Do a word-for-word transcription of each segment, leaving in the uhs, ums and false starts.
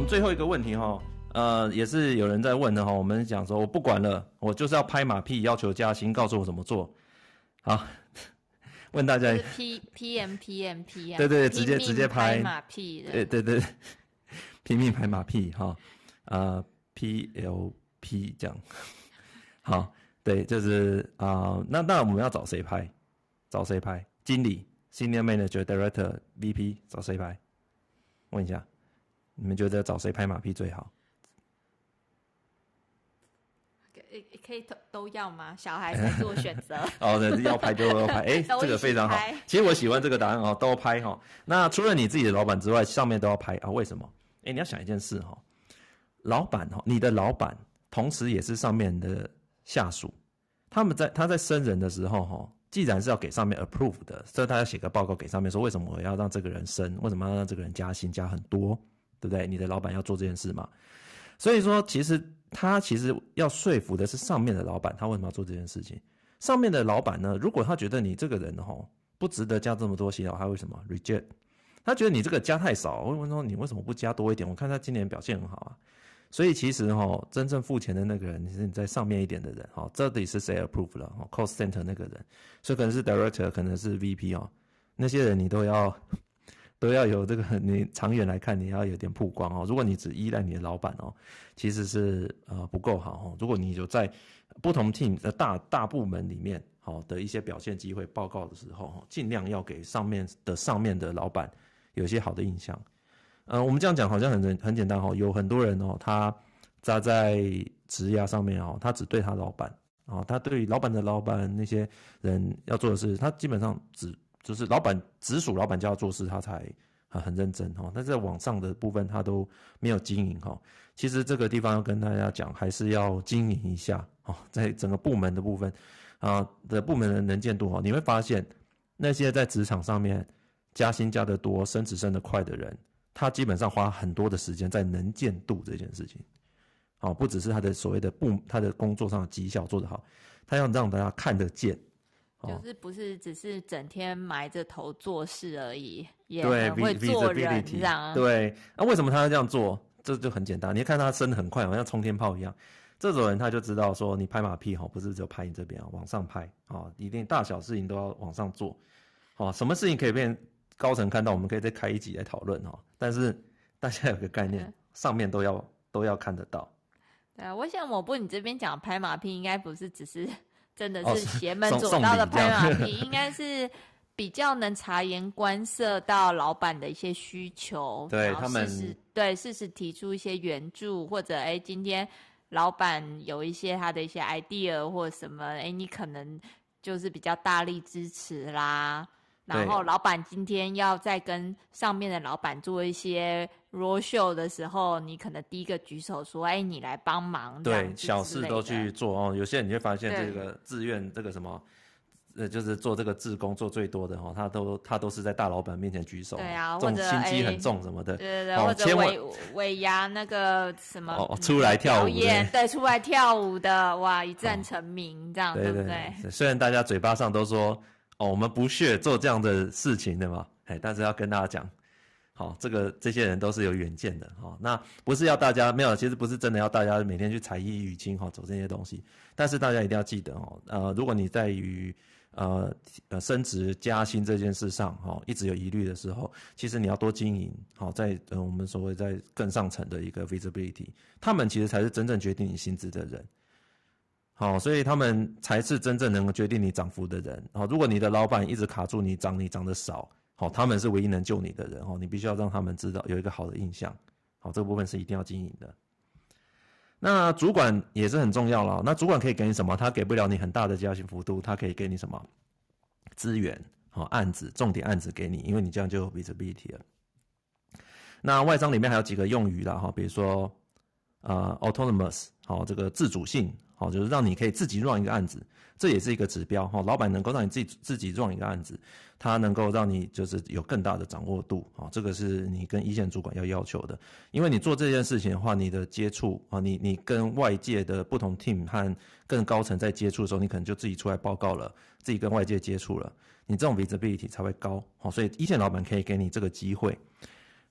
们最后一个问题哈，呃，也是有人在问的哈，我们讲说我不管了，我就是要拍马屁，要求加薪，告诉我怎么做。好，问大家 P P M P M P M， 对对，直接直接拍马屁的， 对对对，拼命拍马屁哈，呃 ，P L P 这样，好，对，就是啊、呃，那那我们要找谁拍？找谁拍？经理、Senior Manager、Director、V P 找谁拍？问一下，你们觉得找谁拍马屁最好？ 可以都都要吗？小孩才做选择。 哦，对，要拍就要拍，哎，这个非常好。其实我喜欢这个答案哦，都拍哈、哦。那除了你自己的老板之外，上面都要拍啊？为什么？哎，你要想一件事哈、哦，老板哈、哦，你的老板同时也是上面的下属，他们在他在升人的时候哈、哦，既然是要给上面 approve 的，所以他要写个报告给上面说，为什么我要让这个人升，为什么要让这个人加薪加很多，对不对？你的老板要做这件事嘛。所以说，其实他其实要说服的是上面的老板，他为什么要做这件事情？上面的老板呢，如果他觉得你这个人齁不值得加这么多薪，他为什么 reject？ 他觉得你这个加太少，我问说你为什么不加多一点？我看他今年表现很好啊。所以其实齁真正付钱的那个人，是你在上面一点的人，齁这里是谁 approve 了？cost center 那个人，所以可能是 director， 可能是 V P 哦，那些人你都要。都要有这个，你长远来看，你要有点曝光哦。如果你只依赖你的老板哦，其实是呃不够好哦。如果你有在不同 team 的大大部门里面好的一些表现机会报告的时候，尽量要给上面的上面的老板有一些好的印象。呃，我们这样讲好像很很简单哦，有很多人哦，他扎在职涯上面哦，他只对他老板哦，他对老板的老板那些人要做的事，他基本上只。就是老板直属老板叫他做事，他才很认真哈。但是在网上的部分，他都没有经营哈。其实这个地方要跟大家讲，还是要经营一下哦。在整个部门的部分啊的部门的能见度哈，你会发现那些在职场上面加薪加得多、升职升得快的人，他基本上花很多的时间在能见度这件事情。好，不只是他的所谓的部他的工作上的绩效做得好，他要让大家看得见。 就是不是只是整天埋着头做事而已，也很会做人这样。 对，那、啊、为什么他要这样做？这就很简单，你看他升得很快，好像冲天炮一样。这种人他就知道说，你拍马屁哈，不是只有拍你这边啊，往上拍啊，一定大小事情都要往上做。哦，什么事情可以被高层看到，我们可以再开一集来讨论哈。但是大家有个概念，上面都要都要看得到。 对啊，我想我不，你这边讲拍马屁，应该不是只是。真的是邪门左道的拍马屁，应该是比较能察言观色到老板的一些需求， 对他们对适时提出一些援助，或者哎今天老板有一些他的一些 idea 或什么，哎你可能就是比较大力支持啦。然后老板今天要再跟上面的老板做一些 role show 的时候，你可能第一个举手说，哎你来帮忙， 对，小事都去做哦。有些人你会发现这个自愿这个什么呃，就是做这个志工做最多的哈、哦，他都他都是在大老板面前举手， 对啊， 重心机很重什么的， 对对对，哦、或者尾尾牙那个什么哦，出来跳舞对，对，出来跳舞的，哇，一战成名、哦、这样， 对对不对？ 对，虽然大家嘴巴上都说哦，我们不屑做这样的事情的嘛，哎，但是要跟大家讲，好、哦，这个这些人都是有远见的哈、哦。那不是要大家没有，其实不是真的要大家每天去采衣娱亲哈，走这些东西，但是大家一定要记得哦，呃，如果你在于呃呃升职加薪这件事上哈、哦，一直有疑虑的时候，其实你要多经营好、哦，在呃我们所谓在更上层的一个 visibility， 他们其实才是真正决定你薪资的人。好，所以他们才是真正能够决定你涨幅的人。好，如果你的老板一直卡住你涨，你涨得少，好，他们是唯一能救你的人。好，你必须要让他们知道有一个好的印象。好，这个部分是一定要经营的。那主管也是很重要了。那主管可以给你什么？他给不了你很大的加薪幅度，他可以给你什么？资源，好，案子，重点案子给你，因为你这样就有 visibility 了。那外商里面还有几个用语啦，哈，比如说呃 autonomous， 好，这个自主性。好，就是让你可以自己 run 一个案子，这也是一个指标。好，老板能够让你自己自己 run 一个案子，他能够让你就是有更大的掌握度。好，这个是你跟一线主管要要求的，因为你做这件事情的话，你的接触啊，你你跟外界的不同 team 和更高层在接触的时候，你可能就自己出来报告了，自己跟外界接触了，你这种 visibility 才会高。好，所以一线老板可以给你这个机会。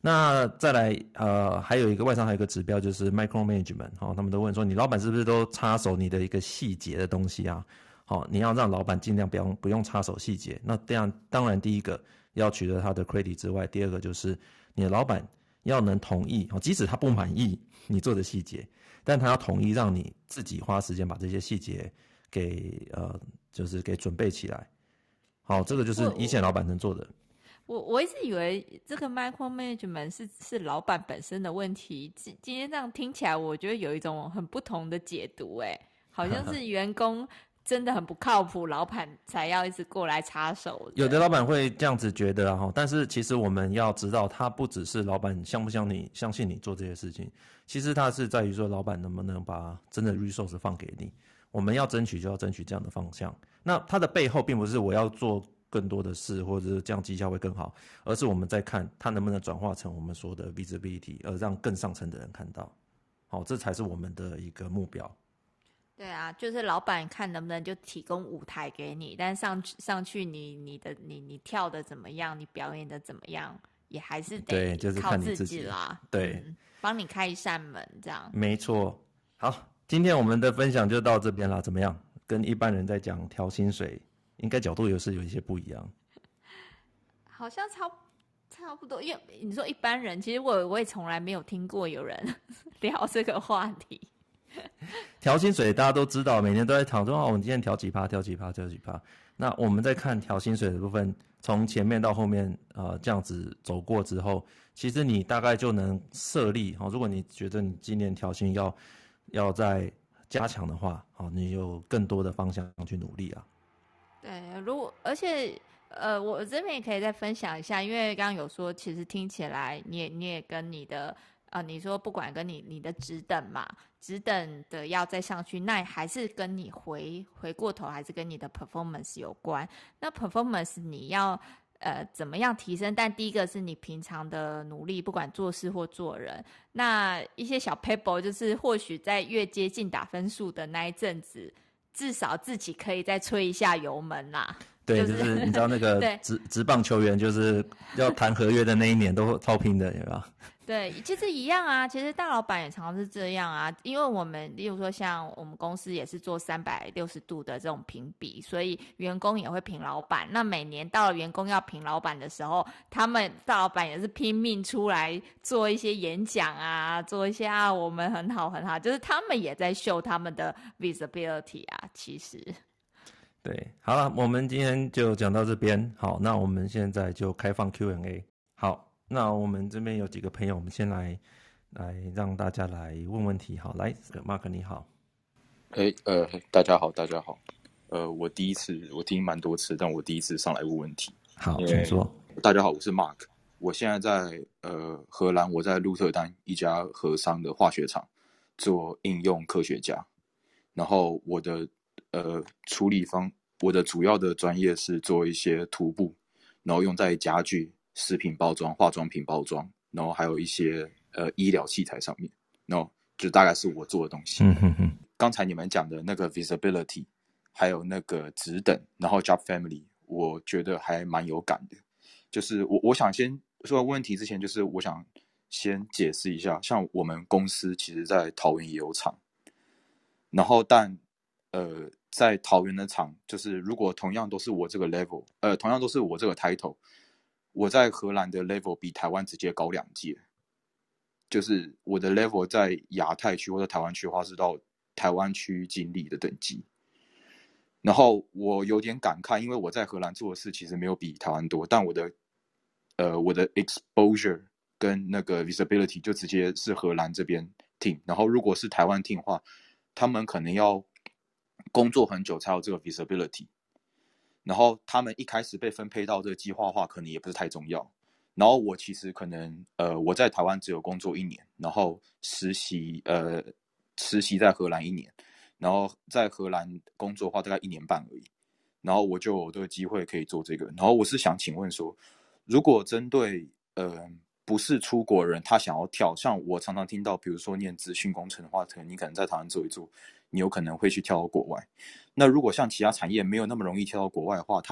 那再来，呃，还有一个外商还有一个指标就是 micro management，哦，他们都问说，你老板是不是都插手你的一个细节的东西啊？好、哦，你要让老板尽量不用不用插手细节。那这样当然第一个要取得他的 credit 之外，第二个就是你的老板要能同意，哦，即使他不满意你做的细节，但他要同意让你自己花时间把这些细节给呃，就是给准备起来。好，这个就是一线老板能做的。 我我一直以为这个 micro management 是是老板本身的问题，今今天这样听起来，我觉得有一种很不同的解读，哎，好像是员工真的很不靠谱，老板才要一直过来插手的。 有的老板会这样子觉得啊，但是其实我们要知道，他不只是老板相不相你相信你做这些事情，其实他是在于说老板能不能把真的 resource 放给你。我们要争取就要争取这样的方向。那它的背后并不是我要做更多的事，或者是这样绩效会更好，而是我们在看它能不能转化成我们说的 visibility， 而让更上层的人看到。好，这才是我们的一个目标。 对啊，就是老板看能不能就提供舞台给你，但上去上去你你的你你跳的怎么样，你表演的怎么样，也还是得靠自己啦。 对， 帮、嗯、你开一扇门这样。 没错。好，今天我们的分享就到这边啦，怎么样？跟一般人在讲调薪水，应该角度有是有一些不一样。 好像差差不多，因为你说一般人，其实我我也从来没有听过有人聊这个话题。 调薪水大家都知道，每年都在讨论哦，我们今天调几趴，调几趴，调几趴。那我们在看调薪水的部分，从前面到后面，呃，这样子走过之后，其实你大概就能设立，哦，如果你觉得你今年调薪要要再加强的话，哦，你有更多的方向去努力啊。 对，如果而且呃，我这边也可以再分享一下，因为刚刚有说，其实听起来你也你也跟你的呃，你说不管跟你你的职等嘛，职等的要再上去，那还是跟你回回过头，还是跟你的 performance 有关。那 performance 你要呃怎么样提升？但第一个是你平常的努力，不管做事或做人。那一些小 paper 就是或许在越接近打分数的那一阵子，至少自己可以再吹一下油门啦。 对，就是、就是你知道那个职职棒球员就是要谈合约的那一年都超拼的，有没有？ 对，其实一样啊，其实大老板也常常是这样啊，因为我们例如说像我们公司也是做三百六十度的这种评比，所以员工也会评老板。那每年到了员工要评老板的时候，他们大老板也是拼命出来做一些演讲啊，做一些啊我们很好很好，就是他们也在秀他们的 visibility 啊，其实。 对，好了，我们今天就讲到这边。好，那我们现在就开放 Q and A。好，那我们这边有几个朋友，我们先来来让大家来问问题。好，来 ，Mark 你好。 哎，呃，大家好，大家好。呃，我第一次，我听蛮多次，但我第一次上来问问题。 好，请说。 大家好，我是 Mark， 我现在在呃荷兰，我在鹿特丹一家荷商的化学厂做应用科学家，然后我的。呃，处理方，我的主要的专业是做一些涂布，然后用在家具、食品包装、化妆品包装，然后还有一些呃医疗器材上面，然后就大概是我做的东西。 嗯哼哼。 刚才你们讲的那个 visibility， 还有那个职等，然后 job family， 我觉得还蛮有感的。就是我我想先说问题之前，就是我想先解释一下，像我们公司其实在桃园也有厂，然后但呃。在桃园的厂，就是如果同样都是我这个 level， 呃，同样都是我这个 title， 我在荷兰的 level 比台湾直接高两届。就是我的 level 在亚太区或者台湾区的话是到台湾区经理的等级。然后我有点感慨，因为我在荷兰做的事其实没有比台湾多，但我的呃我的 exposure 跟那个 visibility 就直接是荷兰这边 team。然后如果是台湾 team 的话，他们可能要工作很久才有这个 visibility， 然后他们一开始被分配到这个计划化可能也不是太重要。然后我其实可能呃我在台湾只有工作一年，然后实习呃实习在荷兰一年，然后在荷兰工作的话大概一年半而已，然后我就有这个机会可以做这个。然后我是想请问说，如果针对呃不是出国人他想要跳，像我常常听到比如说念资讯工程的话，可能你可能在台湾做一做，你有可能会去跳到国外。那如果像其他产业没有那么容易跳到国外的话，它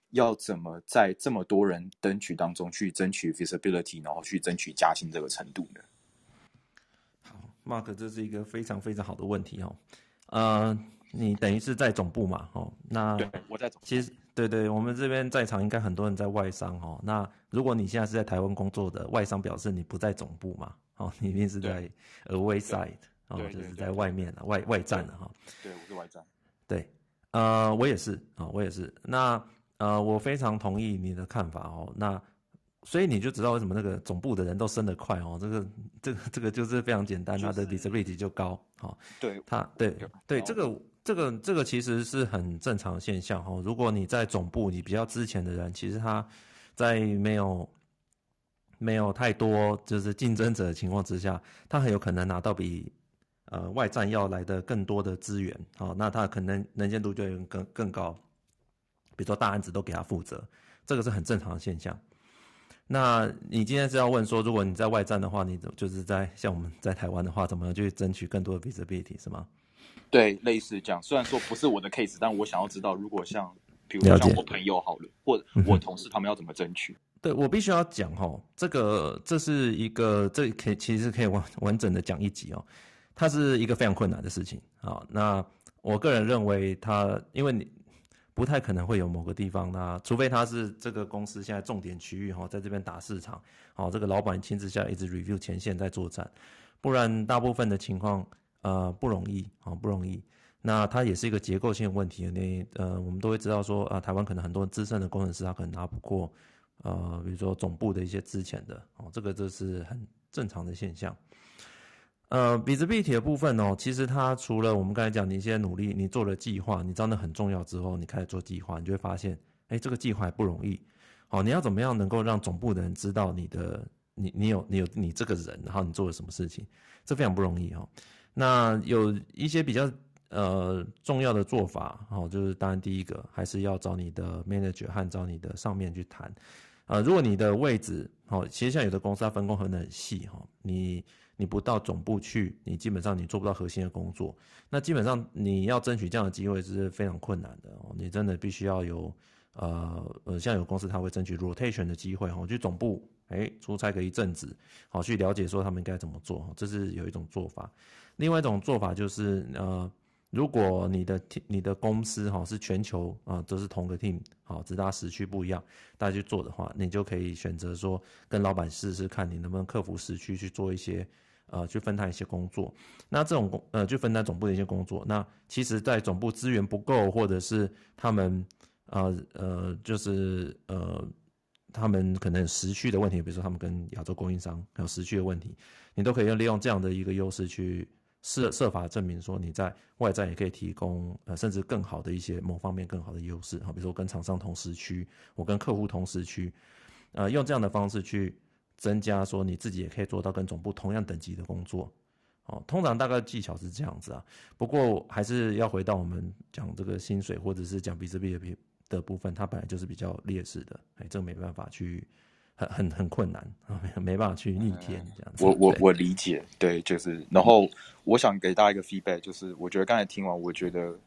要怎么在这么多人争取当中去争取 visibility， 然后去争取加薪这个程度呢？ 好 ，Mark， 这是一个非常非常好的问题哦。呃，你等于是在总部嘛，哦，那对，我在总部。 其实对对，我们这边在场应该很多人在外商哦。那如果你现在是在台湾工作的，外商表示你不在总部嘛，哦，你一定是在 away side， 哦，就是在外面了，外外站了哈。 对，我是外站。 对，呃，我也是啊、哦，我也是。那呃，我非常同意你的看法哦。那所以你就知道为什么那个总部的人都升得快哦，这个这个这个就是非常简单，他的 visibility 就高，哦， 对， 他对对这个这个这个其实是很正常的现象哦。如果你在总部，你比较之前的人，其实他在没有没有太多就是竞争者的情况之下，他很有可能拿到比呃外站要来的更多的资源，好，那他可能能见度就会更更高，比如说大案子都给他负责，这个是很正常的现象。那你今天是要问说，如果你在外站的话，你就是在像我们在台湾的话，怎么去争取更多的 visibility 是吗？ 对，类似这样。虽然说不是我的 case， 但我想要知道，如果像比如说像我朋友好了，或我同事他们要怎么争取？ 对，我必须要讲哦，这个这是一个这可以其实可以完完整的讲一集哦，它是一个非常困难的事情啊。那我个人认为它，因为你不太可能会有某个地方它，除非它是这个公司现在重点区域哈，在这边打市场，好，这个老板亲自下来一直 review 前线在作战，不然大部分的情况呃不容易啊，不容易。那它也是一个结构性的问题，你呃我们都会知道说啊，台湾可能很多资深的工程师他可能拿不过。呃，比如说总部的一些资遣的哦，这个这是很正常的现象。呃 ，visibility 的部分哦，其实它除了我们刚才讲你一些努力，你做了计划，你知道那很重要之后，你开始做计划，你就会发现，哎，这个计划还不容易。好，你要怎么样能够让总部的人知道你的，你你有你有你这个人，然后你做了什么事情，这非常不容易哦。那有一些比较呃重要的做法，哦，就是当然第一个还是要找你的 manager 和找你的上面去谈。呃，如果你的位置，好、哦，其实像有的公司它分工分得很细哈、哦，你你不到总部去，你基本上你做不到核心的工作，那基本上你要争取这样的机会是非常困难的哦，你真的必须要有呃呃，像有公司它会争取 rotation 的机会哈、哦，去总部哎出差个一阵子，好、哦、去了解说他们应该怎么做、哦，这是有一种做法，另外一种做法就是呃。如果你的你的公司哈是全球啊都是同个 team， 好，只大时区不一样，大家去做的话，你就可以选择说跟老板试试看，你能不能克服时区去做一些呃去分摊一些工作。那这种呃去分担总部的一些工作，那其实在总部资源不够，或者是他们呃呃就是呃他们可能有时区的问题，比如说他们跟亚洲供应商有时区的问题，你都可以用利用这样的一个优势去。设设法证明说你在外站也可以提供呃甚至更好的一些某方面更好的优势，好，比如说跟厂商同时区，我跟客户同时区，呃，用这样的方式去增加说你自己也可以做到跟总部同样等级的工作，哦，通常大概技巧是这样子啊，不过还是要回到我们讲这个薪水或者是讲 visibility 的部分，它本来就是比较劣势的，哎，这个没办法去。很很很困难啊，没办法去逆天这样子。 我我我理解，对，就是，然后我想给大家一个 feedback，就是我觉得刚才听完，我觉得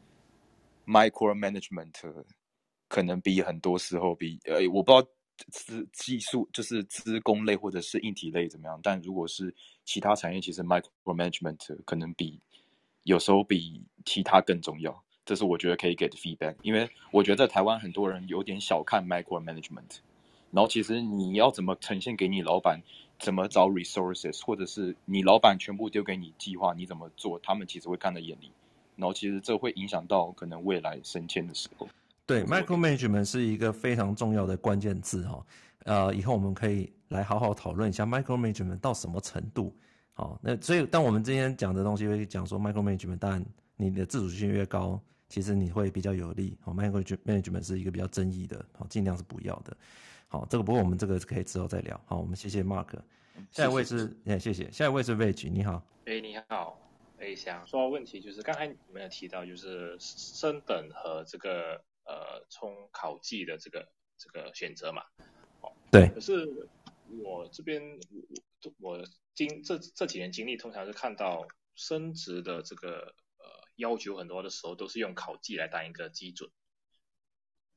micro management 可能比很多时候比呃，我不知道资技术就是资工类或者是硬体类怎么样，但如果是其他产业，其实 micro management 可能比有时候比其他更重要，这是我觉得可以给的 feedback，因为我觉得在台湾很多人有点小看 micro management。然后其实你要怎么呈现给你老板，怎么找 resources， 或者是你老板全部丢给你计划，你怎么做，他们其实会看在眼里。然后其实这会影响到可能未来升迁的时候。 对 ，micro management 是一个非常重要的关键字哈。呃，以后我们可以来好好讨论一下 micro management 到什么程度。好，那所以当我们今天讲的东西会讲说 micro management，当然你的自主性越高，其实你会比较有利。好 ，micro management 是一个比较争议的，好，尽量是不要的。好，这个不过我们这个可以之后再聊。好，我们谢谢 Mark。下一位是，哎，谢谢。下一位是 Veg， 你好。 哎，你好。哎，想说问题就是刚才你们有提到就是升等和这个呃冲考绩的这个这个选择嘛。哦， 对。 可是我这边我我经这这几年经历，通常是看到升职的这个呃要求很多的时候都是用考绩来当一个基准。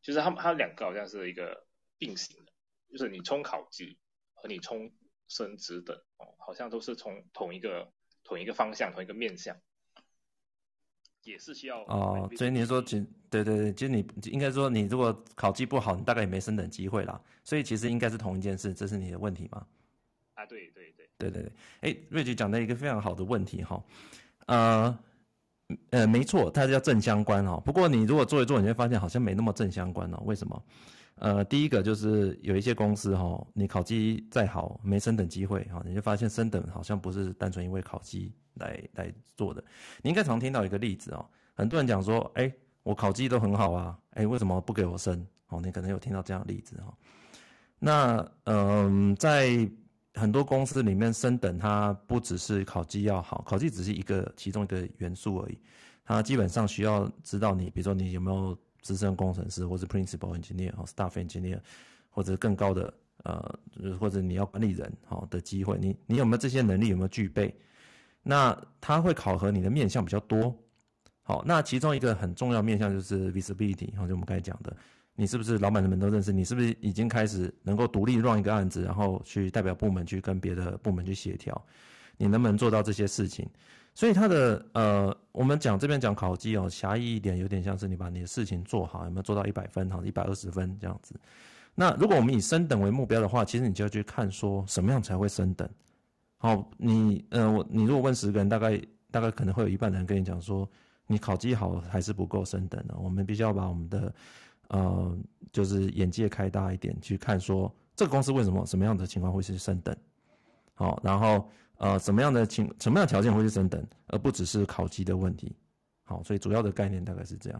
就是他们他两个好像是一个并行的，就是你冲考绩和你冲升职等哦，好像都是从同一个同一个方向同一个面向，也是需要哦，所以你说其对对对，其实你应该说你如果考绩不好，你大概也没升等机会啦，所以其实应该是同一件事，这是你的问题吗？ 啊，对对对对对对，哎，瑞吉讲到一个非常好的问题哈，呃呃，没错，它叫正相关哦。不过你如果做一做，你会发现好像没那么正相关哦。为什么？呃，第一个就是有一些公司哈，你考绩再好，没升等机会哈，你就发现升等好像不是单纯因为考绩来来做的。你应该常听到一个例子哦，很多人讲说，哎，我考绩都很好啊，哎，为什么不给我升？哦，你可能有听到这样的例子哈。那嗯、呃，在很多公司里面，升等它不只是考绩要好，考绩只是一个其中一个元素而已。它基本上需要知道你，比如说你有没有资深工程师，或者 principal engineer 或 staff engineer， 或者更高的呃，或者你要管理人好的机会，你你有没有这些能力，有没有具备？那它会考核你的面向比较多。好，那其中一个很重要面向就是 visibility， 就我们刚才讲的。你是不是老板们都认识？你是不是已经开始能够独立 run 一个案子，然后去代表部门去跟别的部门去协调？你能不能做到这些事情？所以他的呃，我们讲这边讲考绩哦，狭义一点，有点像是你把你的事情做好，有没有做到一百分？好，一百二十分这样子。那如果我们以升等为目标的话，其实你就要去看说什么样才会升等。好，你呃，我你如果问十个人，大概大概可能会有一半的人跟你讲说，你考绩好还是不够升等的。我们必须要把我们的呃，就是眼界开大一点，去看说这个公司为什么什么样的情况会是升等，好，然后呃什么样的情什么样的条件会是升等，而不只是考绩的问题，好，所以主要的概念大概是这样。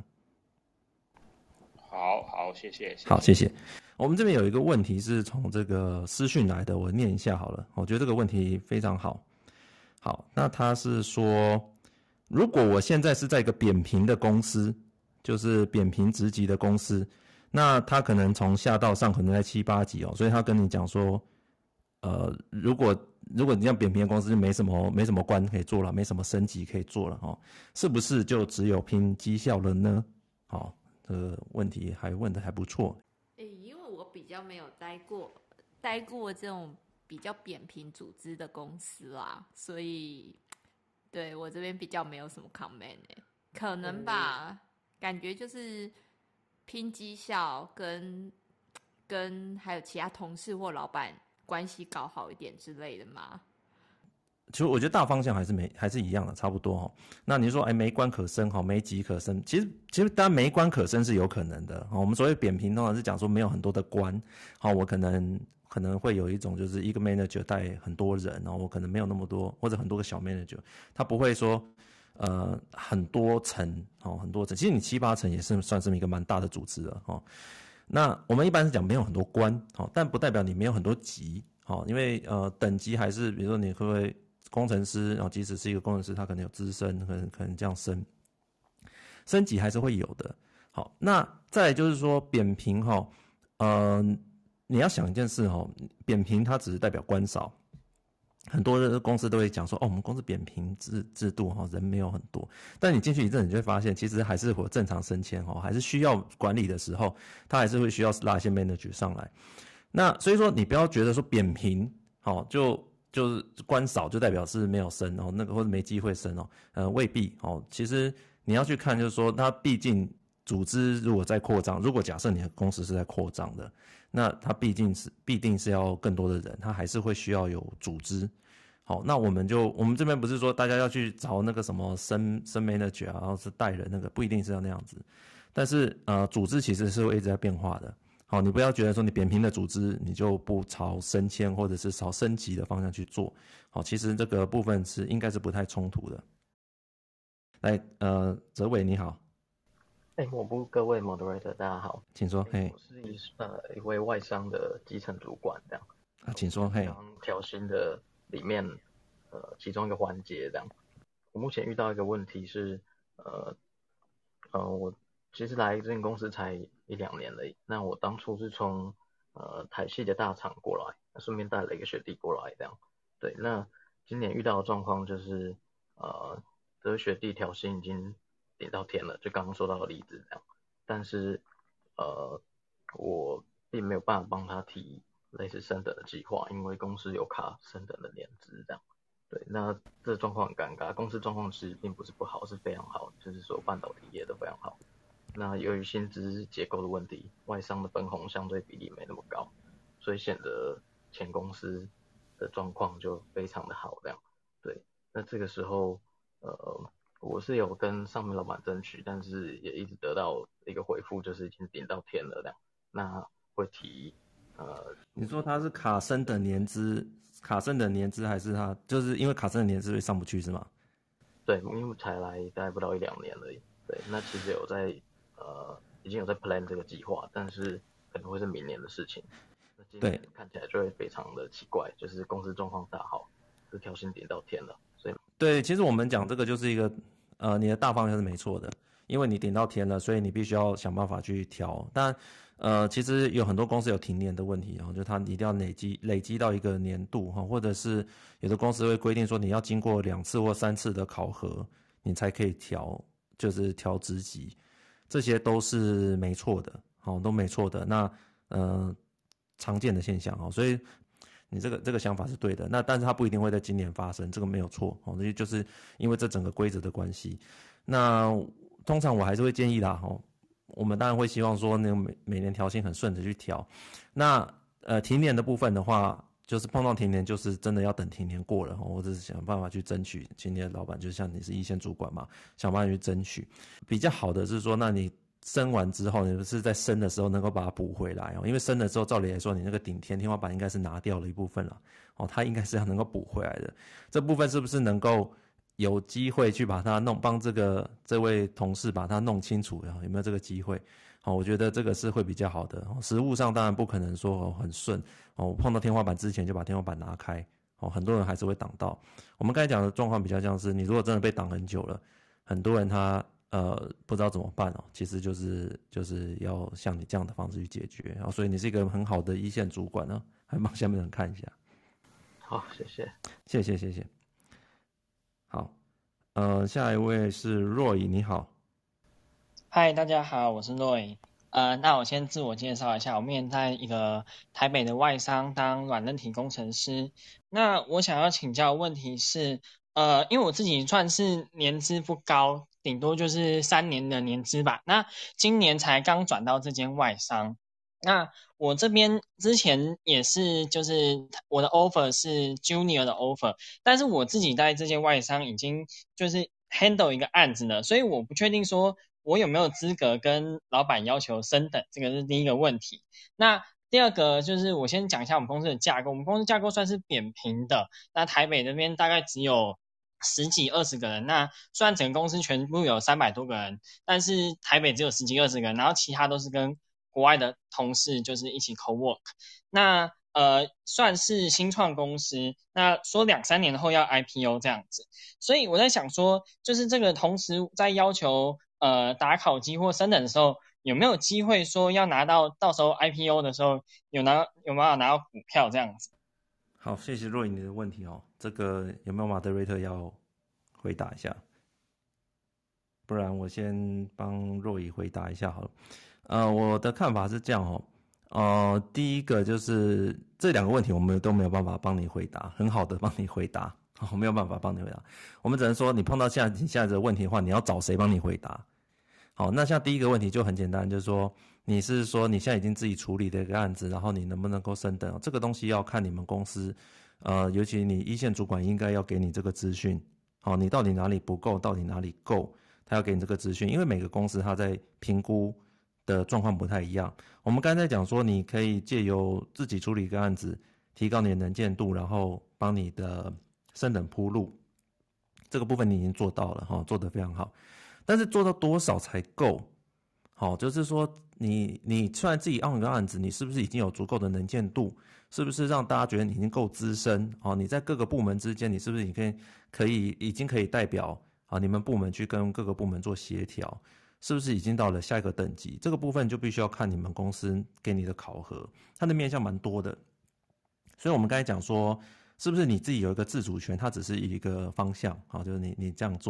好好，谢谢，谢谢好，谢谢。我们这边有一个问题是从这个私讯来的，我念一下好了，我觉得这个问题非常好。好，那他是说，如果我现在是在一个扁平的公司。就是扁平职级的公司，那他可能从下到上可能在七八级哦，所以他跟你讲说，呃，如果如果你像扁平的公司就没什么没什么官可以做了，没什么升级可以做了哦，是不是就只有拼绩效了呢？好、哦，这个问题还问得还不错。 诶，因为我比较没有待过待过这种比较扁平组织的公司啦，所以对我这边比较没有什么 comment 诶，可能吧。嗯，感觉就是拼绩效跟跟还有其他同事或老板关系搞好一点之类的嘛。 其实我觉得大方向还是没还是一样的，差不多哦。那你说，哎，没官可升哈，没级可升，其实其实当然没官可升是有可能的。我们所谓扁平通常是讲说没有很多的官，好，我可能可能会有一种就是一个 manager 带很多人，然后我可能没有那么多或者很多个小 manager， 他不会说。呃，很多层哦，很多层，其实你七八层也是算是一个蛮大的组织了哦。那我们一般是讲没有很多官哦，但不代表你没有很多级哦，因为呃等级还是比如说你会不会工程师，然后即使是一个工程师，他可能有资深，可能可能这样升，升级还是会有的。好，那再来就是说扁平哈、哦，呃，你要想一件事哈、哦，扁平它只是代表官少。很多公司都会讲说，哦，我们公司扁平制制度哈，人没有很多。但你进去一阵，你就会发现，其实还是会有正常升迁哈，还是需要管理的时候，他还是会需要拉一些 manager 上来。那所以说，你不要觉得说扁平，好就就是官少就代表是没有升哦，那个或者没机会升哦，呃，未必哦。其实你要去看，就是说，它毕竟组织如果在扩张，如果假设你的公司是在扩张的。那它毕竟是必定是要更多的人，它还是会需要有组织。好，那我们就我们这边不是说大家要去找那个什么升升 manager 啊，然后是带人那个，不一定是要那样子。但是呃，组织其实是会一直在变化的。好，你不要觉得说你扁平的组织，你就不朝升迁或者是朝升级的方向去做。好，其实这个部分是应该是不太冲突的。来，呃，哲伟你好。 哎，我部各位 moderator 大家好， 请说。嘿， 我是一呃一位外商的基层主管这样。 啊，请说。嘿， 刚调薪的里面，呃，其中一个环节这样。我目前遇到一个问题是，呃，呃，我其实来这间公司才一两年而已。那我当初是从呃台系的大厂过来，顺便带了一个学弟过来这样。对，那今年遇到的状况就是，呃，这个学弟调薪已经顶到天了，就刚刚说到的例子这样，但是呃，我并没有办法帮他提类似升等的计划，因为公司有卡升等的年资这样。对，那这状况很尴尬，公司状况其实并不是不好，是非常好，就是说半导体业都非常好。那由于薪资结构的问题，外商的分红相对比例没那么高，所以显得前公司的状况就非常的好这样。对，那这个时候呃我是有跟上面老板争取，但是也一直得到一个回复，就是已经顶到天了这样。那会提呃你说他是卡升的年资，卡升的年资还是他就是因为卡升的年资所以上不去是吗？ 对，因为才来大概不到一两年而已。对，那其实有在呃已经有在 plan 这个计划，但是可能会是明年的事情。那今年看起来就会非常的奇怪，就是公司状况大好，这条薪顶到天了，所以对，其实我们讲这个就是一个呃你的大方向是没错的，因为你顶到天了，所以你必须要想办法去调。但呃其实有很多公司有停年的问题，然后就它一定要累积累积到一个年度哈，或者是有的公司会规定说你要经过两次或三次的考核，你才可以调，就是调职级，这些都是没错的，好，都没错的。那呃常见的现象哦，所以你这个这个想法是对的。那但是它不一定会在今年发生，这个没有错哦，这就是因为这整个规则的关系。那通常我还是会建议啦，哦，我们当然会希望说那个每每年调薪很顺着去调。那呃停年的部分的话，就是碰到停年，就是真的要等停年过了，或者是想办法去争取。今年的老板就像你是一线主管嘛，想办法去争取。比较好的是说，那你升完之后，你是在升的时候能够把它补回来哦，因为升了之后，照理来说，你那个顶天天花板应该是拿掉了一部分了哦，它应该是要能够补回来的。这部分是不是能够有机会去把它弄，帮这个这位同事把它弄清楚，有没有这个机会？哦，我觉得这个是会比较好的。哦，实务上当然不可能说很顺哦，我碰到天花板之前就把天花板拿开哦，很多人还是会挡到。我们刚才讲的状况比较像是，你如果真的被挡很久了，很多人他呃不知道怎么办哦，其实就是就是要像你这样的方式去解决。然后，所以你是一个很好的一线主管呢，还帮下面的人看一下。 好，谢谢， 谢谢谢谢。好，呃，下一位是 Roy， 你好。 嗨，大家好，我是 Roy。呃，那我先自我介绍一下，我目前在一个台北的外商当软韧体工程师。那我想要请教的问题是，呃，因为我自己算是年资不高，顶多就是三年的年资吧。那今年才刚转到这间外商。那我这边之前也是，就是我的 offer 是 junior 的 offer， 但是我自己在这间外商已经就是 handle 一个案子了，所以我不确定说我有没有资格跟老板要求升等，这个是第一个问题。那第二个就是我先讲一下我们公司的架构，我们公司架构算是扁平的，那台北那边大概只有十几二十个人，那虽然整个公司全部有三百多个人，但是台北只有十几二十个人，然后其他都是跟国外的同事就是一起 co-work。那呃算是新创公司，那说两三年后要 I P O 这样子，所以我在想说，就是这个同时在要求呃打考绩或升等的时候，有没有机会说要拿到到时候 I P O 的时候有拿有没有拿到股票这样子？ 好，谢谢若隐你的问题哦。这个有没有 moderator 要回答一下？不然我先帮若隐回答一下好了。呃，我的看法是这样哦。呃，第一个就是这两个问题我们都没有办法帮你回答，很好的帮你回答，哦，没有办法帮你回答。我们只能说你碰到现在你现在的问题的话，你要找谁帮你回答？好，那像第一个问题就很简单，就是说你是说你现在已经自己处理的一个案子，然后你能不能够升等？这个东西要看你们公司，呃，尤其你一线主管应该要给你这个资讯。好，你到底哪里不够，到底哪里够，他要给你这个资讯，因为每个公司他在评估的状况不太一样。我们刚才讲说，你可以借由自己处理一个案子，提高你的能见度，然后帮你的升等铺路，这个部分你已经做到了，做得非常好。但是做到多少才够？好，就是说你你虽然自己 on 一个案子，你是不是已经有足够的能见度？是不是让大家觉得你已经够资深？好，你在各个部门之间，你是不是已经可以已经可以代表啊你们部门去跟各个部门做协调？是不是已经到了下一个等级？这个部分就必须要看你们公司给你的考核，它的面向蛮多的。所以我们刚才讲说，是不是你自己有一个自主权？它只是一个方向，好，就是你你这样做。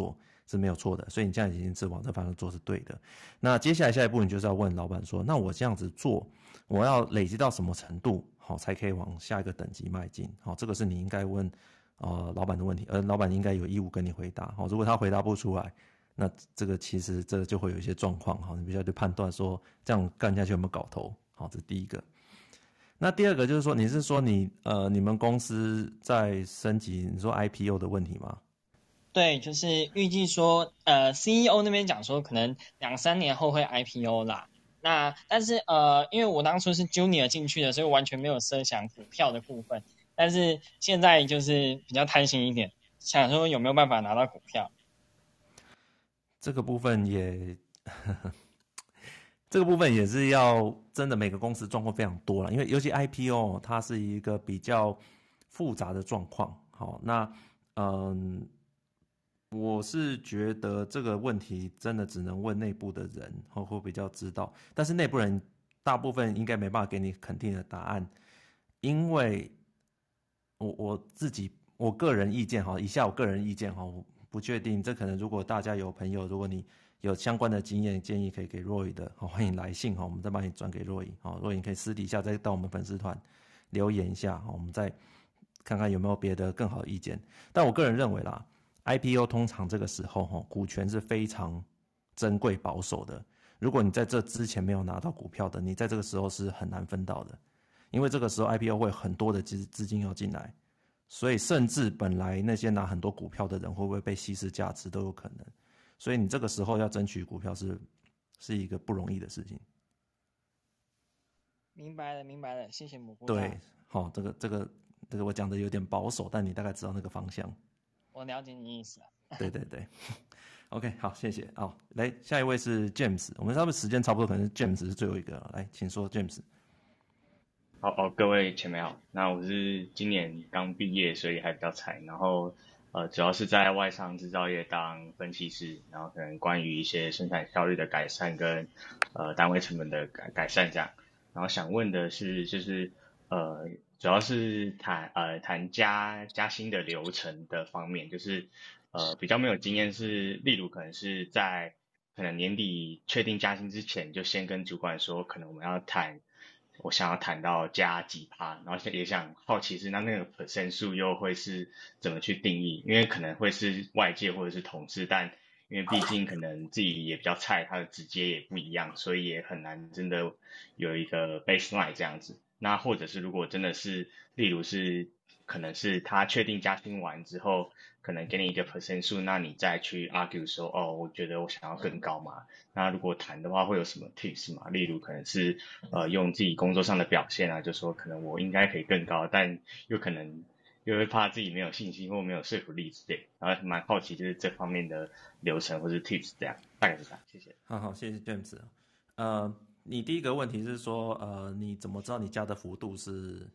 是没有错的，所以你现在已经是往这方向做是对的。那接下来下一步你就是要问老板说，那我这样子做，我要累积到什么程度，好才可以往下一个等级迈进？好，这个是你应该问呃老板的问题，而老板应该有义务跟你回答。好，如果他回答不出来，那这个其实这就会有一些状况，好，你必须要去判断说这样干下去有没有搞头。好，这是第一个。那第二个就是说，你是说你呃你们公司在升级，你说 I P O 的问题吗？ 对，就是预计说，呃 C E O 那边讲说可能两三年后会 I P O 啦。那但是呃，因为我当初是 Junior 进去的，所以完全没有设想股票的部分。但是现在就是比较贪心一点，想说有没有办法拿到股票。 这个部分也呵呵这个部分也是要真的每个公司状况非常多了，因为尤其 I P O 它是一个比较复杂的状况。好，那嗯，我是觉得这个问题真的只能问内部的人，会比较知道。但是内部人大部分应该没办法给你肯定的答案，因为我我自己我个人意见哈，以下我个人意见哈，我不确定，这可能如果大家有朋友，如果你有相关的经验建议可以给 Roy 的，好，欢迎来信，我们再帮你转给 Roy， 好 ，Roy 你可以私底下再到我们粉丝团留言一下，我们再看看有没有别的更好的意见。但我个人认为啦 ，I P O 通常这个时候股权是非常珍贵保守的，如果你在这之前没有拿到股票的，你在这个时候是很难分到的，因为这个时候 I P O 会很多的资资金要进来，所以甚至本来那些拿很多股票的人会不会被稀释价值都有可能。所以你这个时候要争取股票是是一个不容易的事情。 明白了，明白了，谢谢蘑菇。 对，好、哦，这个这个这个我讲的有点保守，但你大概知道那个方向。 我了解你意思了。 对对对 ，OK， 好，谢谢。好，来下一位是 James， 我们差不多时间差不多，可能是 James 是最后一个，来，请说 James。 好哦，各位前辈好，那我是今年刚毕业，所以还比较菜，然后。呃，主要是在外商制造业当分析师，然后可能关于一些生产效率的改善跟呃单位成本的改改善这样。然后想问的是，就是呃主要是谈呃谈加加薪的流程的方面，就是呃比较没有经验是，例如可能是在可能年底确定加薪之前，就先跟主管说，可能我们要谈。我想要谈到加几趴，然后也想好奇是那那个 percent 数又会是怎么去定义？因为可能会是外界或者是同事，但因为毕竟可能自己也比较菜，他的直接也不一样，所以也很难真的有一个 baseline 这样子。那或者是如果真的是，例如是可能是他确定加薪完之后，可能给你一个 percent 数，那你再去 argue 说，哦，我觉得我想要更高嘛。那如果谈的话，会有什么 tips 嘛？例如可能是呃用自己工作上的表现啊，就说可能我应该可以更高，但又可能又会怕自己没有信心或没有说服力之类。然后蛮好奇就是这方面的流程或是 tips 这样，大概是这样。谢谢。 好好，谢谢 James。呃，你第一个问题是说，呃，你怎么知道你加的幅度是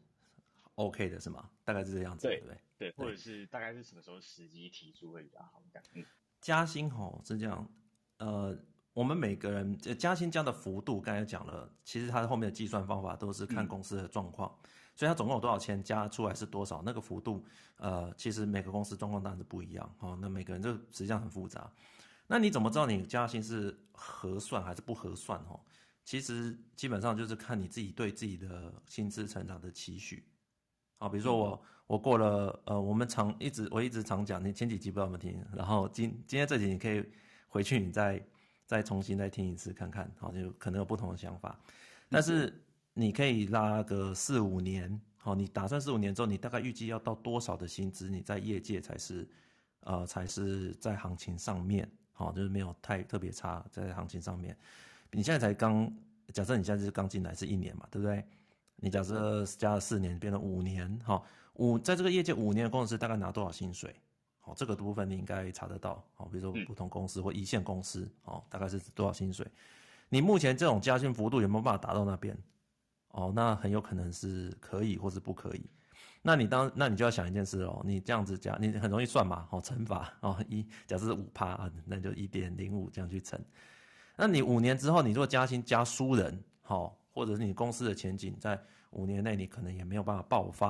OK 的，是吗？大概是这样子， 对, 对不对？ 对，或者是大概是什么时候时机提出会比较好？这样，嗯， 加薪吼是这样，呃，我们每个人加薪加的幅度，刚才讲了，其实它后面的计算方法都是看公司的状况，嗯、所以它总共有多少钱加出来是多少，那个幅度，呃，其实每个公司状况当然是不一样，哦，那每个人这实际上很复杂。那你怎么知道你加薪是合算还是不合算？哦，其实基本上就是看你自己对自己的薪资成长的期许。好，比如说我我过了呃，我们常一直我一直常讲，你前几集不知道有没有听，然后今今天这集你可以回去你再再重新再听一次看看，好，就可能有不同的想法。但是你可以拉个四五年，好，你打算四五年之后，你大概预计要到多少的薪资，你在业界才是呃才是在行情上面，好，就是没有太特别差在行情上面。你现在才刚，假设你现在是刚进来是一年嘛，对不对？你假设加了四年变成五年，好，五在这个业界五年的工程师大概拿多少薪水？好，这个部分你应该查得到，好，比如说不同公司或一线公司，好，大概是多少薪水？你目前这种加薪幅度有没有办法达到那边？哦，那很有可能是可以或是不可以。那你当那你就要想一件事哦，你这样子加，你很容易算嘛，哦，乘法哦，一假设是五趴啊，那就一点零五这样去乘。那你五年之后，你如果加薪加输人，好。或者是你公司的前景在五年内你可能也没有办法爆发，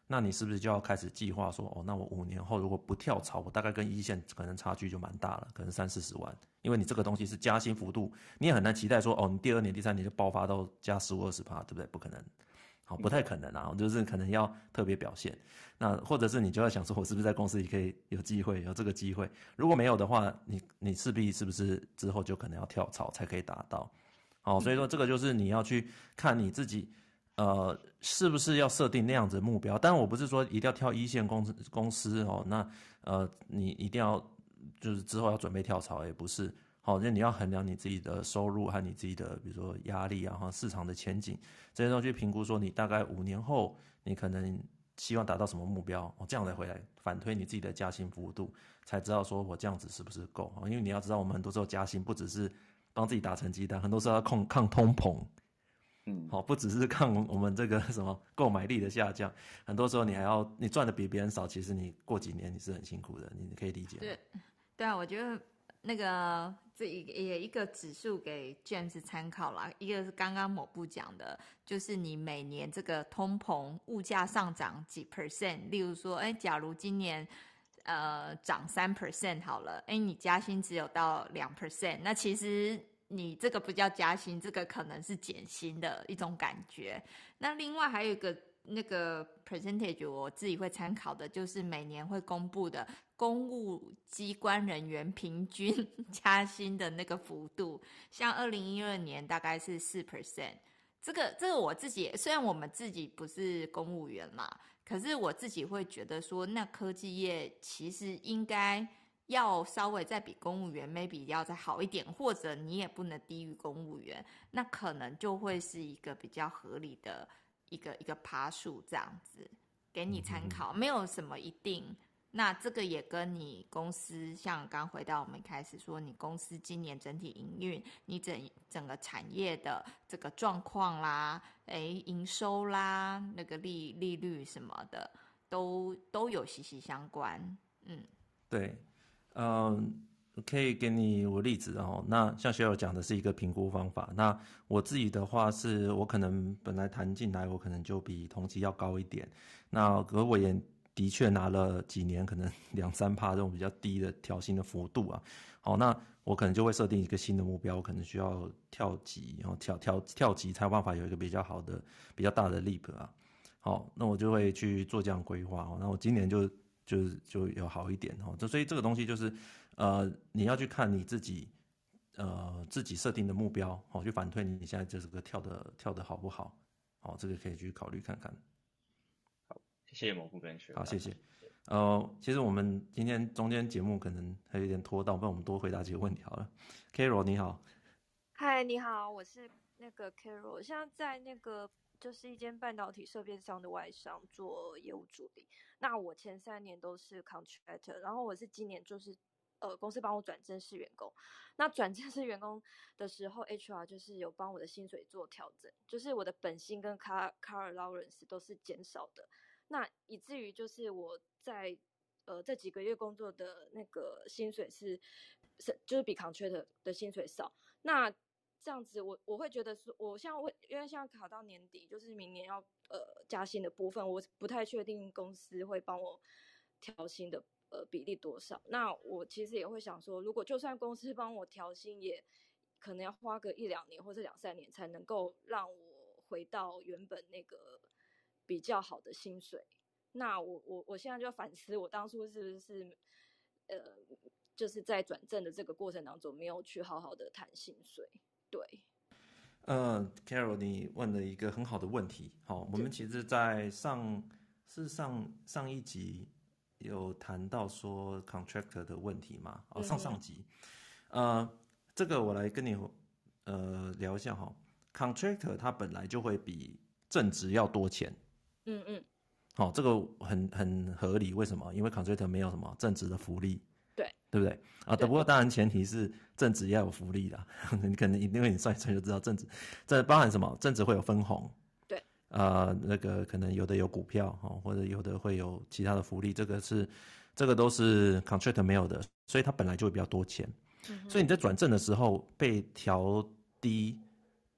那你是不是就要开始计划说，哦，那我五年后如果不跳槽，我大概跟一线可能差距就蛮大了，可能三四十万，因为你这个东西是加薪幅度，你也很难期待说，哦，你第二年、第三年就爆发到加十五、二十趴，对不对？不可能，好，不太可能啊，就是可能要特别表现。那或者是你就要想说，我是不是在公司里可以有机会，有这个机会？如果没有的话，你你势必是不是之后就可能要跳槽才可以达到？好，所以说这个就是你要去看你自己。呃，是不是要设定那样子的目标？当然，我不是说一定要跳一线公司公司哦，那呃，你一定要就是之后要准备跳槽，也不是。好，那你要衡量你自己的收入和你自己的，比如说压力啊，哈，市场的前景这些东西，去评估说你大概五年后你可能希望达到什么目标，哦，这样再回来反推你自己的加薪幅度，才知道说我这样子是不是够。因为你要知道，我们很多时候加薪不只是帮自己打成绩单，很多时候要抗抗通膨。嗯，好，不只是看我们这个什么购买力的下降，很多时候你还要你赚的比别人少，其实你过几年你是很辛苦的，你可以理解吗？ 对，对啊，我觉得那个这一也一个指数给 James 参考啦，一个是刚刚某部讲的，就是你每年这个通膨物价上涨几 percent， 例如说，哎，假如今年呃涨三 percent 好了，哎，你加薪只有到两 percent， 那其实。你这个不叫加薪，这个可能是减薪的一种感觉。那另外还有一个那个 percentage 我自己会参考的，就是每年会公布的公务机关人员平均加薪的那个幅度。像二零一二年大概是 百分之四， 这个这个我自己虽然我们自己不是公务员嘛，可是我自己会觉得说，那科技业其实应该要稍微再比公务员 maybe 要再好一点，或者你也不能低于公务员，那可能就会是一个比较合理的一个一个趴数这样子给你参考，没有什么一定。那这个也跟你公司，像刚回到我们开始说，你公司今年整体营运，你整整个产业的这个状况啦，哎，营收啦，那个利利率什么的，都都有息息相关。嗯， 对。嗯，可以给你我例子哦。那像学友讲的是一个评估方法。那我自己的话是，我可能本来谈进来，我可能就比同期要高一点。那可我也的确拿了几年，可能两三趴这种比较低的调薪的幅度啊。好，那我可能就会设定一个新的目标，我可能需要跳级，然后跳跳跳级才有办法有一个比较好的、比较大的 leap 啊。好，那我就会去做这样规划哦。那我今年就。就就有好一点哦，所以这个东西就是，呃，你要去看你自己，呃，自己设定的目标，好，去反推你现在这个跳的跳的好不好，好，这个可以去考虑看看。 好，谢谢某部跟学。 好，谢谢。呃，其实我们今天中间节目可能还有点拖到，不然我们多回答几个问题好了。Carol 你好。 嗨，你好，我是那个 Carol，现在在那个。就是一间半导体设备商的外商做业务助理。那我前三年都是 contractor， 然后我是今年就是呃公司帮我转正式员工。那转正式员工的时候 ，H R 就是有帮我的薪水做调整，就是我的本薪跟 car car allowance 都是减少的。那以至于就是我在呃这几个月工作的那个薪水是是就是比 contractor 的薪水少。那这样子我我会觉得说，我现在会因为现在考到年底，就是明年要呃加薪的部分，我不太确定公司会帮我调薪的呃比例多少。那我其实也会想说，如果就算公司帮我调薪，也可能要花个一两年或者两三年才能够让我回到原本那个比较好的薪水。那我我我现在就反思，我当初是不是呃就是在转正的这个过程当中没有去好好的谈薪水。对， 呃 ，Carol， 你问了一个很好的问题。好，我们其实，在上是上上一集有谈到说 contractor 的问题嘛？哦，上上集，呃，这个我来跟你呃聊一下哈。contractor 它本来就会比正职要多钱。 嗯嗯。 好，这个很很合理。为什么？因为 contractor 没有什么正职的福利。 对， 对不对啊？不过当然前提是正职要有福利啦。你可能因为你算一算就知道正职，这包含什么？正职会有分红， 对， 呃，那个可能有的有股票哦，或者有的会有其他的福利，这个是这个都是 contract 没有的，所以它本来就会比较多钱。嗯、所以你在转正的时候被调低，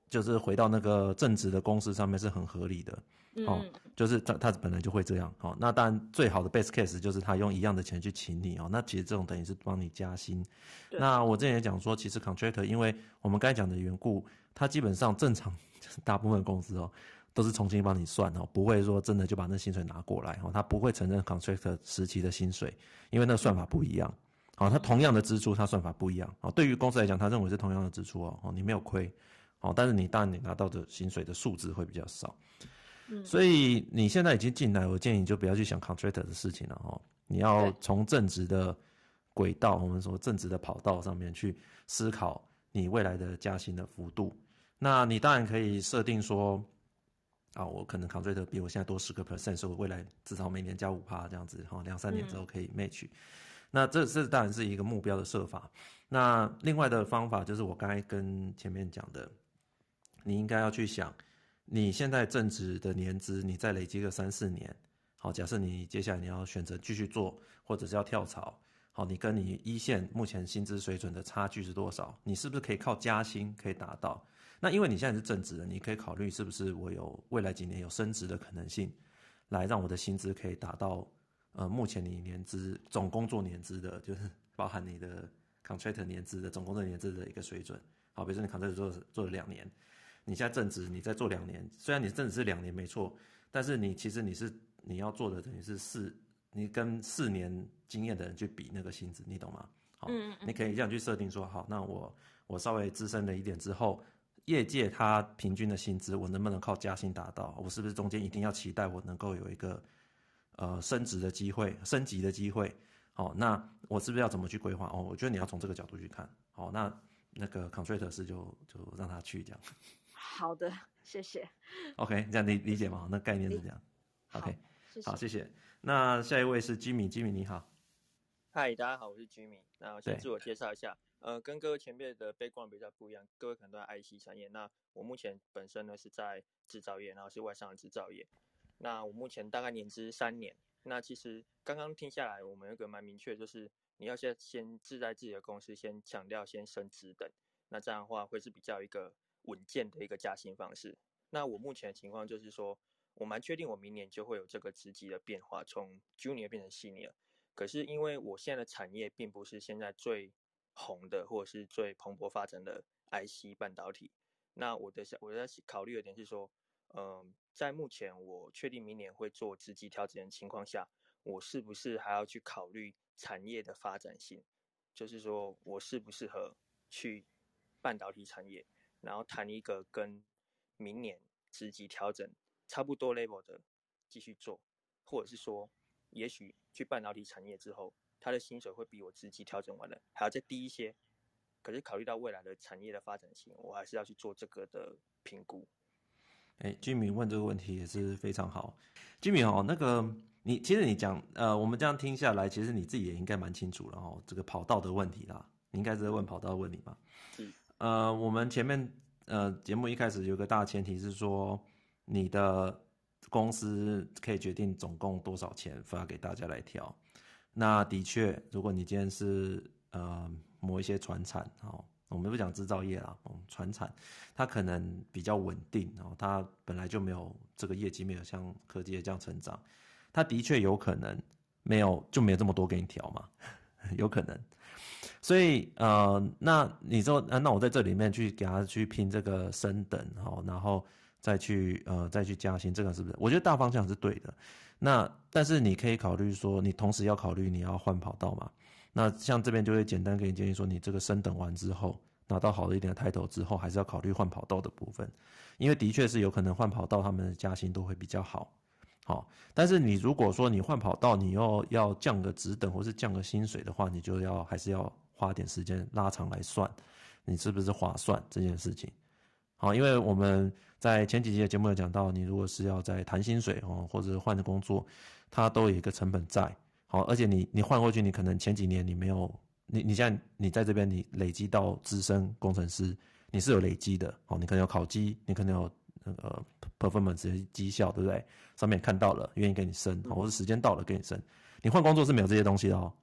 就是回到那个正职的公司上面是很合理的。哦，就是他他本来就会这样。哦，那当然最好的 best case 就是他用一样的钱去请你。哦，那其实这种等于是帮你加薪。那我之前也讲说，其实 contractor 因为我们刚才讲的缘故，他基本上正常大部分公司哦都是重新帮你算哦，不会说真的就把那薪水拿过来。哦，他不会承认 contractor 时期的薪水，因为那算法不一样。好，他同样的支出，他算法不一样。好，对于公司来讲，他认为是同样的支出哦，你没有亏。好，但是你当然你拿到的薪水的数字会比较少。嗯，所以你现在已经进来，我建议你就不要去想 contractor 的事情了哦。你要从正职的轨道，我们说正职的跑道上面去思考你未来的加薪的幅度。那你当然可以设定说，啊，我可能 contractor 比我现在多十个 percent， 所以我未来至少每年加五趴这样子，哈，两三年之后可以 match。嗯，那这这当然是一个目标的设法。那另外的方法就是我刚才跟前面讲的，你应该要去想。你现在正职的年资，你再累积个三四年，好，假设你接下来你要选择继续做，或者是要跳槽，好，你跟你一线目前薪资水准的差距是多少？你是不是可以靠加薪可以达到？那因为你现在是正职的，你可以考虑是不是我有未来几年有升职的可能性，来让我的薪资可以达到呃目前你年资总工作年资的，就是包含你的 contractor 年资的总工作年资的一个水准。好，比如说你 contractor 做做了两年。你现在正职，你再做两年，虽然你正职是两年没错，但是你其实你是你要做的等于是四，你跟四年经验的人去比那个薪资，你懂吗？好，嗯嗯，你可以这样去设定说，好，那我我稍微资深了一点之后，业界它平均的薪资，我能不能靠加薪达到？我是不是中间一定要期待我能够有一个呃升职的机会、升级的机会？好，那我是不是要怎么去规划？哦，我觉得你要从这个角度去看。好，那那个 contractor 是就就让他去这样。 好的，谢谢。 OK， 这样理理解吗？那概念是这样。OK， 谢谢好， 谢谢。那下一位是 Jimmy，Jimmy 你好。 嗨，大家好，我是 Jimmy。那我先自我介绍一下，呃，跟各位前辈的 background 比较不一样，各位可能都在 I C 产业。那我目前本身呢是在制造业，然后是外商的制造业。那我目前大概年资三年。那其实刚刚听下来，我们有个蛮明确，就是你要先先自在自己的公司，先强调先升职等。那这样的话会是比较一个稳健的一个加薪方式。那我目前的情况就是说，我蛮确定我明年就会有这个职级的变化，从 Junior 变成 Senior。可是因为我现在的产业并不是现在最红的，或者是最蓬勃发展的 I C 半导体。那我的我在考虑的点是说，嗯、呃，在目前我确定明年会做职级调整的情况下，我是不是还要去考虑产业的发展性？就是说我适不适合去半导体产业？然后谈一个跟明年职级调整差不多 level 的继续做，或者是说，也许去半导体产业之后，他的薪水会比我职级调整完了还要再低一些。可是考虑到未来的产业的发展性，我还是要去做这个的评估。 哎 ，Jimmy 问这个问题也是非常好。Jimmy 哦，那个你其实你讲呃，我们这样听下来，其实你自己也应该蛮清楚了哦，这个跑道的问题啦，你应该是在问跑道的问题吧？ 嗯。 呃，我们前面呃节目一开始有个大前提是说，你的公司可以决定总共多少钱发给大家来调。那的确，如果你今天是呃某一些传产哦，我们不讲制造业啦，哦，传产它可能比较稳定哦，它本来就没有这个业绩没有像科技业这样成长，它的确有可能没有就没有这么多给你调嘛，有可能。所以呃，那你说，啊、那我在这里面去给他去拼这个升等，哦，然后再去呃再去加薪，这个是不是？我觉得大方向是对的。那但是你可以考虑说，你同时要考虑你要换跑道嘛。那像这边就会简单给你建议说，你这个升等完之后，拿到好的一点的抬头之后，还是要考虑换跑道的部分，因为的确是有可能换跑道，他们的加薪都会比较好。好，但是你如果说你换跑道，你又要降个职等或是降个薪水的话，你就要还是要花点时间拉长来算，你是不是划算这件事情？好，因为我们在前几集的节目有讲到，你如果是要在谈薪水哦，或者是换的工作，它都有一个成本在。好，而且你你换过去，你可能前几年你没有，你你现在你在这边你累积到资深工程师，你是有累积的。好，你可能有考绩，你可能有那个 performance 的绩效，对不对？上面看到了，愿意给你升，或者时间到了给你升。你换工作是没有这些东西的哦。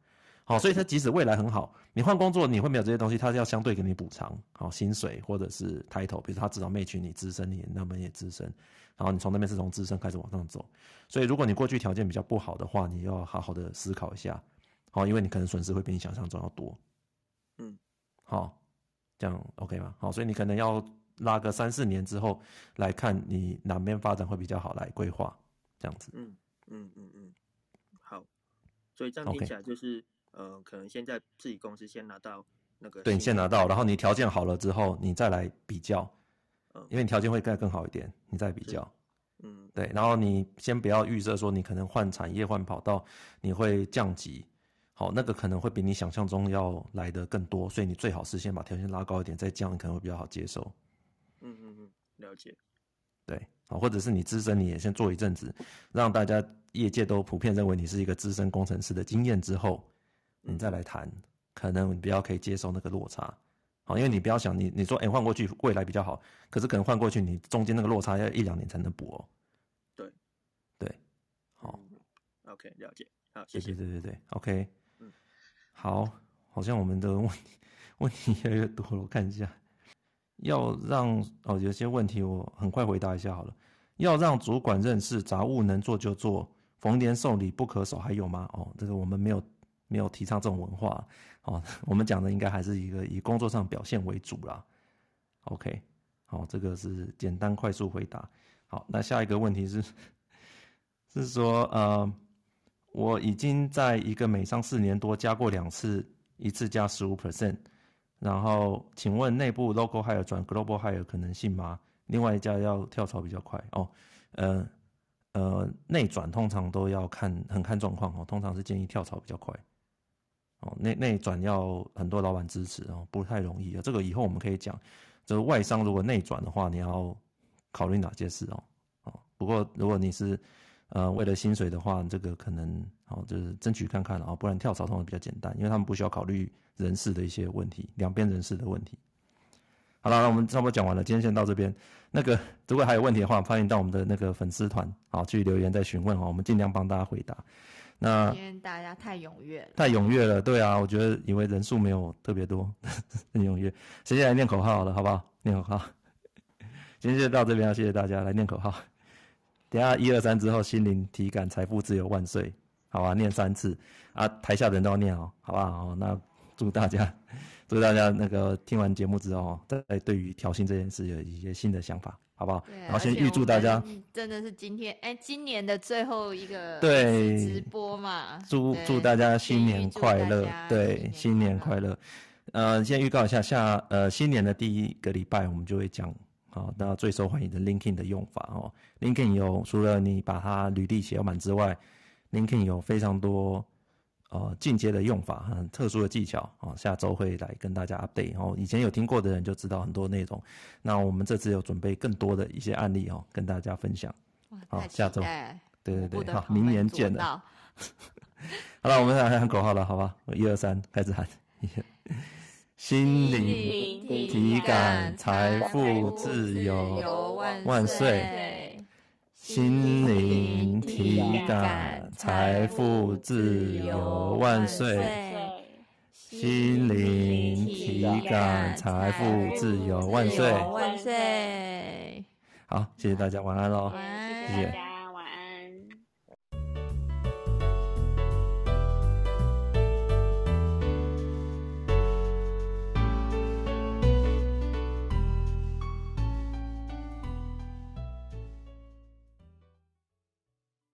好，所以他即使未来很好，你换工作你会没有这些东西，他要相对给你补偿，好，薪水或者是 title， 比如说他至少 match 你资深，你那边也资深，然后你从那边是从资深开始往上走，所以如果你过去条件比较不好的话，你要好好的思考一下，好，因为你可能损失会比你想象中要多。 嗯， 好，这样 OK 吗？好，所以你可能要拉个三四年之后来看你哪边发展会比较好来规划，这样子。 嗯嗯嗯嗯，好，所以这样听起来就是。Okay.呃，可能先在自己公司先拿到那个， 对，你先拿到，然后你条件好了之后，你再来比较，嗯，因为你条件会更更好一点，你再比较，嗯，对，然后你先不要预设说你可能换产业换跑道你会降级，好，那个可能会比你想象中要来的更多，所以你最好是先把条件拉高一点，再降，你可能会比较好接受。 嗯嗯嗯，了解。 对，好，或者是你资深，你也先做一阵子，让大家业界都普遍认为你是一个资深工程师的经验之后。你再来谈，可能你比较可以接受那个落差，好，因为你不要想你你说哎换过去未来比较好，可是可能换过去你中间那个落差要一两年才能补哦。 对， 对，好、 嗯、，OK， 了解，好，谢谢。 对对对对 ，OK， 嗯， 好，好像我们的问题问题越来越多了，我看一下，要让哦有些问题我很快回答一下好了，要让主管认识杂物能做就做，逢年送礼不可少，还有吗？哦，这个我们没有。没有提倡这种文化，哦，我们讲的应该还是一个以工作上表现为主啦。OK， 好，这个是简单快速回答。好，那下一个问题是，是说，呃，我已经在一个美商四年多加过两次，一次加 百分之十五， 然后请问内部 local hire 转 global hire 可能性吗？另外一家要跳槽比较快哦，呃呃，内转通常都要看很看状况哦，通常是建议跳槽比较快。哦，内内转要很多老板支持哦，不太容易啊。这个以后我们可以讲，就是外商如果内转的话，你要考虑哪些事哦？哦，不过如果你是呃为了薪水的话，这个可能哦就是争取看看啊、哦，不然跳槽通常比较简单，因为他们不需要考虑人事的一些问题，两边人事的问题。好了，那我们差不多讲完了，今天先到这边。那个如果还有问题的话，欢迎到我们的那个粉丝团好去留言再询问哦，我们尽量帮大家回答。那今天大家太踊跃了， 太踊跃了，对啊，我觉得以为人数没有特别多，很踊跃。直接来念口号好了，好不好？念口号。今天就到这边，谢谢大家来念口号。等一下一二三之后，心灵体感财富自由万岁，好吧？念三次啊，台下的人都要念哦，好不好？那祝大家，祝大家那个听完节目之后，再对于调薪这件事有一些新的想法。好不好？然后先预祝大家， 真的是今天哎，今年的最后一个对直播嘛， 祝祝大家新年快乐，对，新年快乐。呃，先预告一下，下呃新年的第一个礼拜，我们就会讲好，那最受欢迎的 LinkedIn 的用法哦。LinkedIn 有除了你把它履历写满之外 ，LinkedIn 有非常多。呃，进阶的用法，很特殊的技巧啊、哦，下周会来跟大家 update 哦。以前有听过的人就知道很多内容，那我们这次有准备更多的一些案例哦，跟大家分享。 好， 下周，对对对，好，明年见了。 好了，我们来喊口号了，好吧？一二三，开始喊。心灵体感财富自由万岁！心灵体感财富自由万岁！心灵体感财富自由万岁！ 万岁！ 好，谢谢大家，晚安喽，谢谢。